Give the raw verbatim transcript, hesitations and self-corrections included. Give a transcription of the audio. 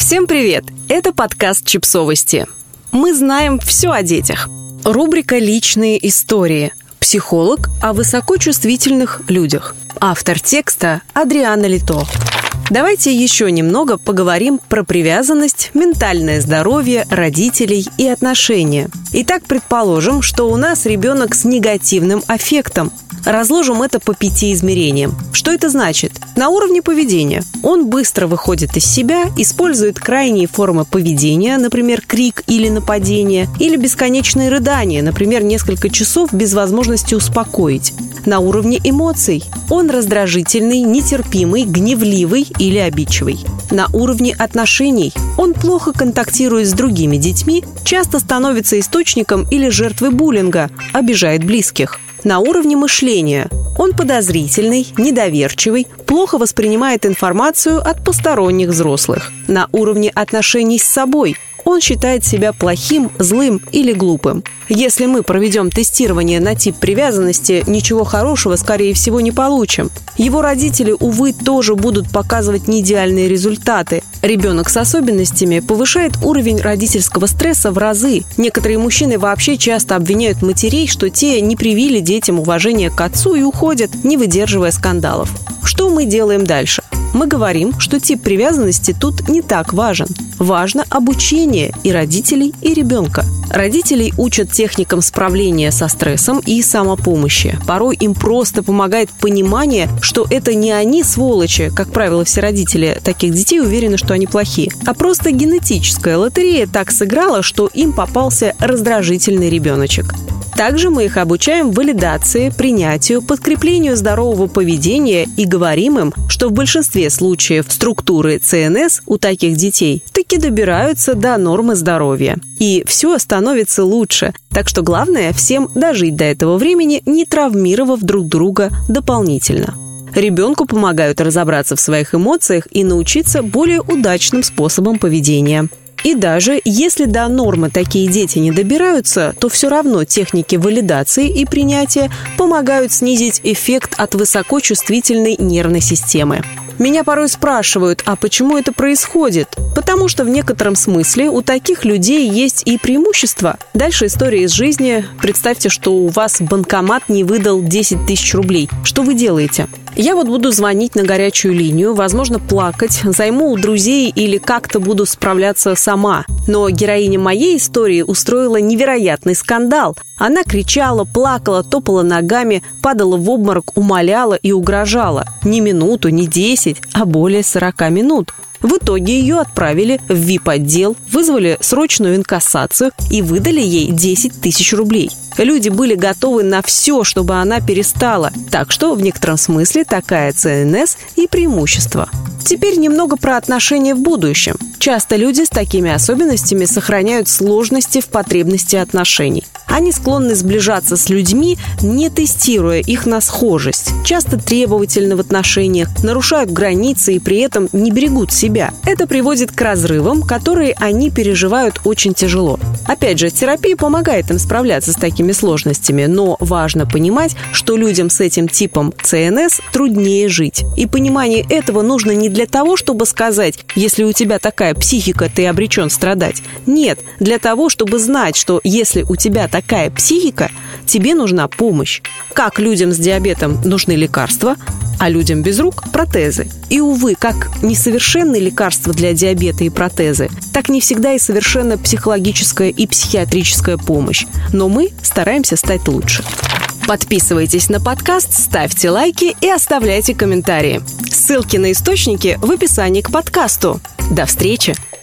Всем привет! Это подкаст «Чипсовости». Мы знаем все о детях. Рубрика «Личные истории». Психолог о высокочувствительных людях. Автор текста Адриана Лито. Давайте еще немного поговорим про привязанность, ментальное здоровье, родителей и отношения. Итак, предположим, что у нас ребенок с негативным аффектом. Разложим это по пяти измерениям. Что это значит? На уровне поведения. Он быстро выходит из себя, использует крайние формы поведения, например, крик или нападение, или бесконечные рыдания, например, несколько часов без возможности успокоить. На уровне эмоций. Он раздражительный, нетерпимый, гневливый или обидчивый. На уровне отношений. Он плохо контактирует с другими детьми, часто становится источником или жертвой буллинга, обижает близких. На уровне мышления. Он подозрительный, недоверчивый, плохо воспринимает информацию от посторонних взрослых. На уровне отношений с собой. Он считает себя плохим, злым или глупым. Если мы проведем тестирование на тип привязанности, ничего хорошего, скорее всего, не получим. Его родители, увы, тоже будут показывать неидеальные результаты. Ребенок с особенностями повышает уровень родительского стресса в разы. Некоторые мужчины вообще часто обвиняют матерей, что те не привили детям уважение к отцу и уходят, не выдерживая скандалов. Что мы делаем дальше? Мы говорим, что тип привязанности тут не так важен. Важно обучение и родителей, и ребенка. Родителей учат техникам справления со стрессом и самопомощи. Порой им просто помогает понимание, что это не они сволочи, как правило, все родители таких детей уверены, что они плохие, а просто генетическая лотерея так сыграла, что им попался раздражительный ребеночек. Также мы их обучаем валидации, принятию, подкреплению здорового поведения и говорим им, что в большинстве случаев структуры ЦНС у таких детей таки добираются до нормы здоровья. И все становится лучше. Так что главное всем дожить до этого времени, не травмировав друг друга дополнительно. Ребенку помогают разобраться в своих эмоциях и научиться более удачным способам поведения. И даже если до нормы такие дети не добираются, то все равно техники валидации и принятия помогают снизить эффект от высокочувствительной нервной системы. Меня порой спрашивают, а почему это происходит? Потому что в некотором смысле у таких людей есть и преимущества. Дальше история из жизни. Представьте, что у вас банкомат не выдал десять тысяч рублей. Что вы делаете? Я вот буду звонить на горячую линию, возможно, плакать, займу у друзей или как-то буду справляться сама. Но героиня моей истории устроила невероятный скандал. Она кричала, плакала, топала ногами, падала в обморок, умоляла и угрожала. Не минуту, не десять, а более сорока минут. В итоге ее отправили в ви ай пи-отдел, вызвали срочную инкассацию и выдали ей десять тысяч рублей. Люди были готовы на все, чтобы она перестала. Так что в некотором смысле такая ЦНС и преимущество. Теперь немного про отношения в будущем. Часто люди с такими особенностями сохраняют сложности в потребности отношений. Они склонны сближаться с людьми, не тестируя их на схожесть. Часто требовательны в отношениях, нарушают границы и при этом не берегут себя. Это приводит к разрывам, которые они переживают очень тяжело. Опять же, терапия помогает им справляться с такими сложностями, но важно понимать, что людям с этим типом ЦНС труднее жить. И понимание этого нужно не для того, чтобы сказать, если у тебя такая психика, ты обречен страдать. Нет, для того, чтобы знать, что если у тебя такая психика, тебе нужна помощь. Как людям с диабетом нужны лекарства, а людям без рук – протезы. И, увы, как несовершенны лекарства для диабета и протезы, так не всегда и совершенна психологическая и психиатрическая помощь. Но мы стараемся стать лучше. Подписывайтесь на подкаст, ставьте лайки и оставляйте комментарии. Ссылки на источники в описании к подкасту. До встречи!